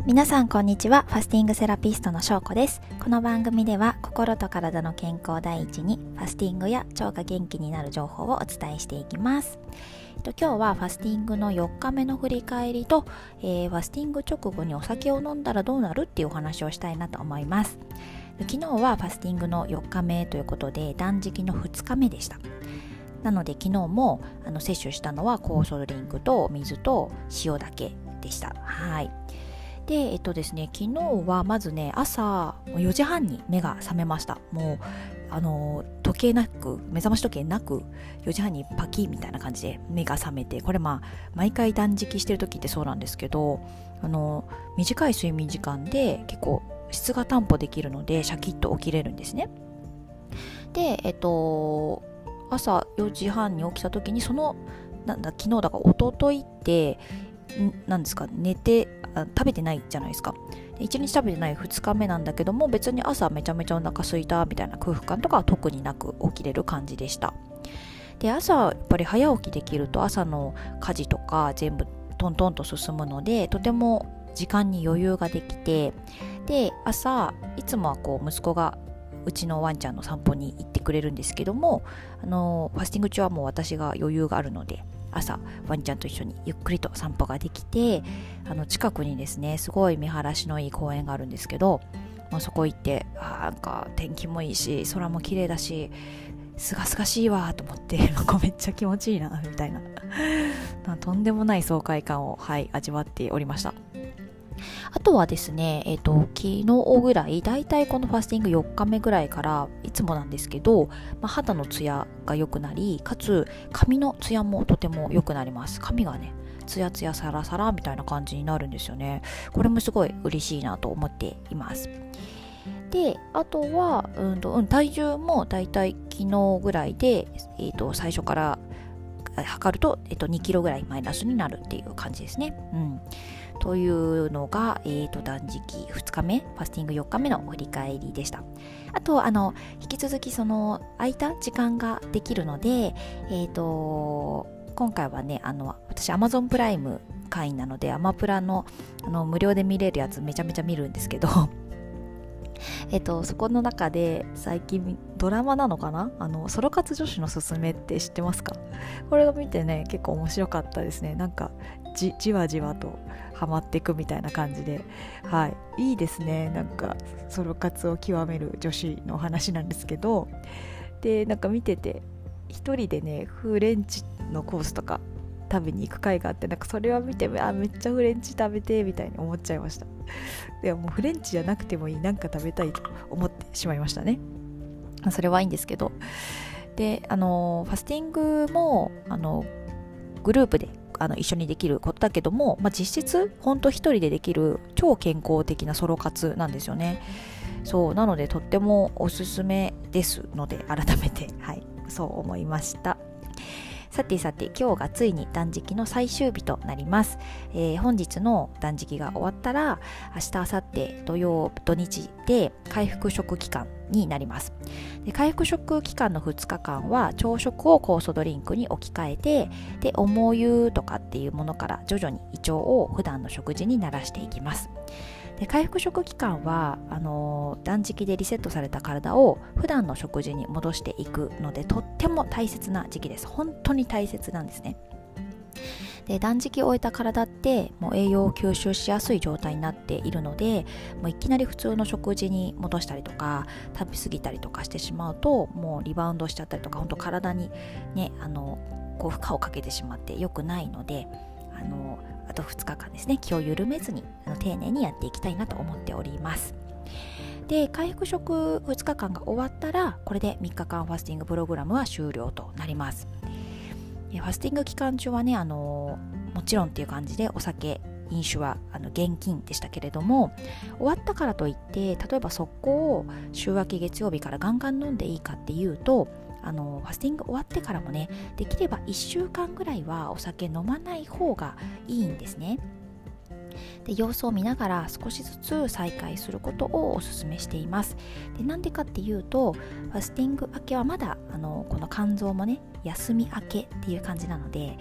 皆さんこんにちは。ファスティングセラピストのしょうこです。この番組では心と体の健康第一にファスティングや腸が元気になる情報をお伝えしていきます。今日はファスティングの4日目の振り返りと、ファスティング直後にお酒を飲んだらどうなるっていうお話をしたいなと思います。昨日はファスティングの4日目ということで断食の2日目でした。なので昨日も摂取したのは酵素ドリンクと水と塩だけでした。はい。でですね、昨日はまずね、朝4時半に目が覚めました。もう時計なく、目覚まし時計なく4時半にパキッみたいな感じで目が覚めて、これ毎回断食してる時ってそうなんですけど、短い睡眠時間で結構質が担保できるのでシャキッと起きれるんですね。で朝4時半に起きた時に昨日だから一昨日ってなんですか、寝て食べてないじゃないですか。1日食べてない2日目なんだけども、別に朝めちゃめちゃお腹空いたみたいな空腹感とかは特になく起きれる感じでした。で、朝やっぱり早起きできると朝の家事とか全部トントンと進むので、とても時間に余裕ができて、で朝いつもは息子がうちのワンちゃんの散歩に行ってくれるんですけども、ファスティング中はもう私が余裕があるので、朝ワンちゃんと一緒にゆっくりと散歩ができて、近くにですね、すごい見晴らしのいい公園があるんですけど、そこ行って、なんか天気もいいし空も綺麗だしすがすがしいわと思ってめっちゃ気持ちいいなみたいなとんでもない爽快感を、味わっておりました。あとはですね、昨日ぐらい、だいたいこのファスティング4日目ぐらいからいつもなんですけど、肌のツヤが良くなり、かつ髪のツヤもとても良くなります。髪がね、ツヤツヤサラサラみたいな感じになるんですよね。これもすごい嬉しいなと思っています。で、あとは、体重もだいたい昨日ぐらいで、最初から測ると、2キロぐらいマイナスになるっていう感じですね。というのが、断食2日目、ファスティング4日目の振り返りでした。あと、引き続き空いた時間ができるので、今回はね、私 Amazon プライム会員なので、アマプラの、無料で見れるやつめちゃめちゃ見るんですけど、そこの中で最近ドラマなのかな、ソロ活女子のすすめって知ってますか？これを見てね、結構面白かったですね。なんかじわじわとハマっていくみたいな感じで、いいですね。なんかソロ活を極める女子の話なんですけど、でなんか見てて一人でね、フレンチのコースとか食べに行く会があって、なんかそれは見てめっちゃフレンチ食べてみたいに思っちゃいました。でもうフレンチじゃなくてもいい、なんか食べたいと思ってしまいましたね。それはいいんですけど、でファスティングもグループで一緒にできることだけども、実質ほんと一人でできる超健康的なソロ活なんですよね。そうなのでとってもおすすめですので、改めてそう思いました。さて今日がついに断食の最終日となります。本日の断食が終わったら、明日明後日土日で回復食期間になります。で、回復食期間の2日間は朝食を酵素ドリンクに置き換えて、で重湯とかっていうものから徐々に胃腸を普段の食事に慣らしていきます。で、回復食期間は断食でリセットされた体を普段の食事に戻していくので、とっても大切な時期です。本当に大切なんですね。で、断食を終えた体ってもう栄養を吸収しやすい状態になっているので、もういきなり普通の食事に戻したりとか食べ過ぎたりとかしてしまうと、もうリバウンドしちゃったりとか、本当体にね、負荷をかけてしまって良くないので、あと2日間ですね、気を緩めずに丁寧にやっていきたいなと思っております。で、回復食2日間が終わったら、これで3日間ファスティングプログラムは終了となります。ファスティング期間中はね、もちろんっていう感じでお酒飲酒は厳禁でしたけれども、終わったからといって例えば速攻を週明け月曜日からガンガン飲んでいいかっていうと、ファスティング終わってからもね、できれば1週間ぐらいはお酒飲まない方がいいんですね。で、様子を見ながら少しずつ再開することをお勧めしています。で、なんでかっていうと、ファスティング明けはまだこの肝臓もね、休み明けっていう感じなので、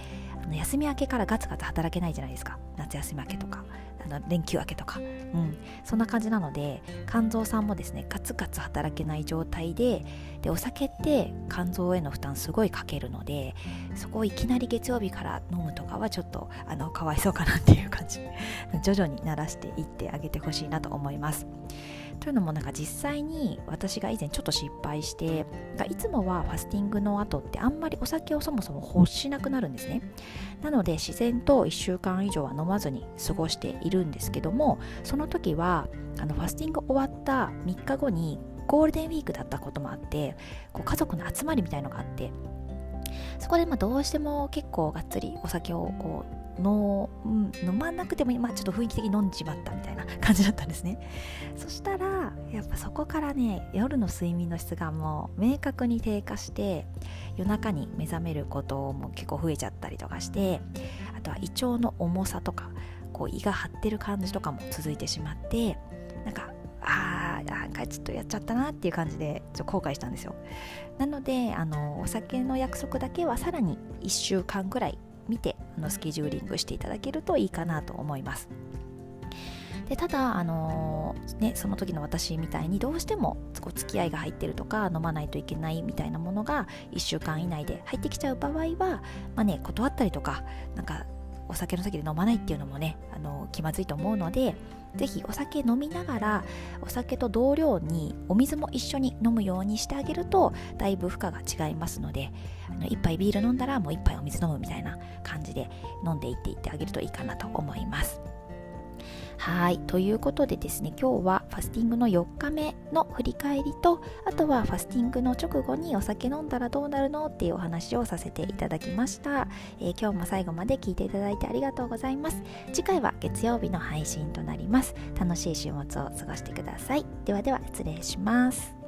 休み明けからガツガツ働けないじゃないですか。夏休み明けとか連休明けとか、そんな感じなので、肝臓さんもですねガツガツ働けない状態でお酒って肝臓への負担すごいかけるので、そこをいきなり月曜日から飲むとかはちょっとかわいそうかなっていう感じ徐々に慣らしていってあげてほしいなと思います。というのも実際に私が以前ちょっと失敗して、いつもはファスティングの後ってあんまりお酒をそもそも欲しなくなるんですね。なので自然と1週間以上は飲まずに過ごしているんですけども、その時はファスティング終わった3日後にゴールデンウィークだったこともあって、家族の集まりみたいのがあって、そこでどうしても結構がっつりお酒を飲まなくてもちょっと雰囲気的に飲んじまったみたいな感じだったんですね。そしたらやっぱそこからね、夜の睡眠の質がもう明確に低下して、夜中に目覚めることも結構増えちゃったりとかして、あとは胃腸の重さとか胃が張ってる感じとかも続いてしまって、なんかちょっとやっちゃったなっていう感じでちょっと後悔したんですよ。なのでお酒の約束だけはさらに1週間くらい見てスケジューリングしていただけるといいかなと思います。でただその時の私みたいにどうしても付き合いが入ってるとか飲まないといけないみたいなものが1週間以内で入ってきちゃう場合は、断ったりとかお酒の席で飲まないっていうのもね気まずいと思うので、ぜひお酒飲みながらお酒と同量にお水も一緒に飲むようにしてあげるとだいぶ負荷が違いますので、一杯ビール飲んだらもう一杯お水飲むみたいな感じで飲んでいってあげるといいかなと思います。はい、ということでですね、今日はファスティングの4日目の振り返りと、あとはファスティングの直後にお酒飲んだらどうなるのっていうお話をさせていただきました。今日も最後まで聞いていただいてありがとうございます。次回は月曜日の配信となります。楽しい週末を過ごしてください。ではでは失礼します。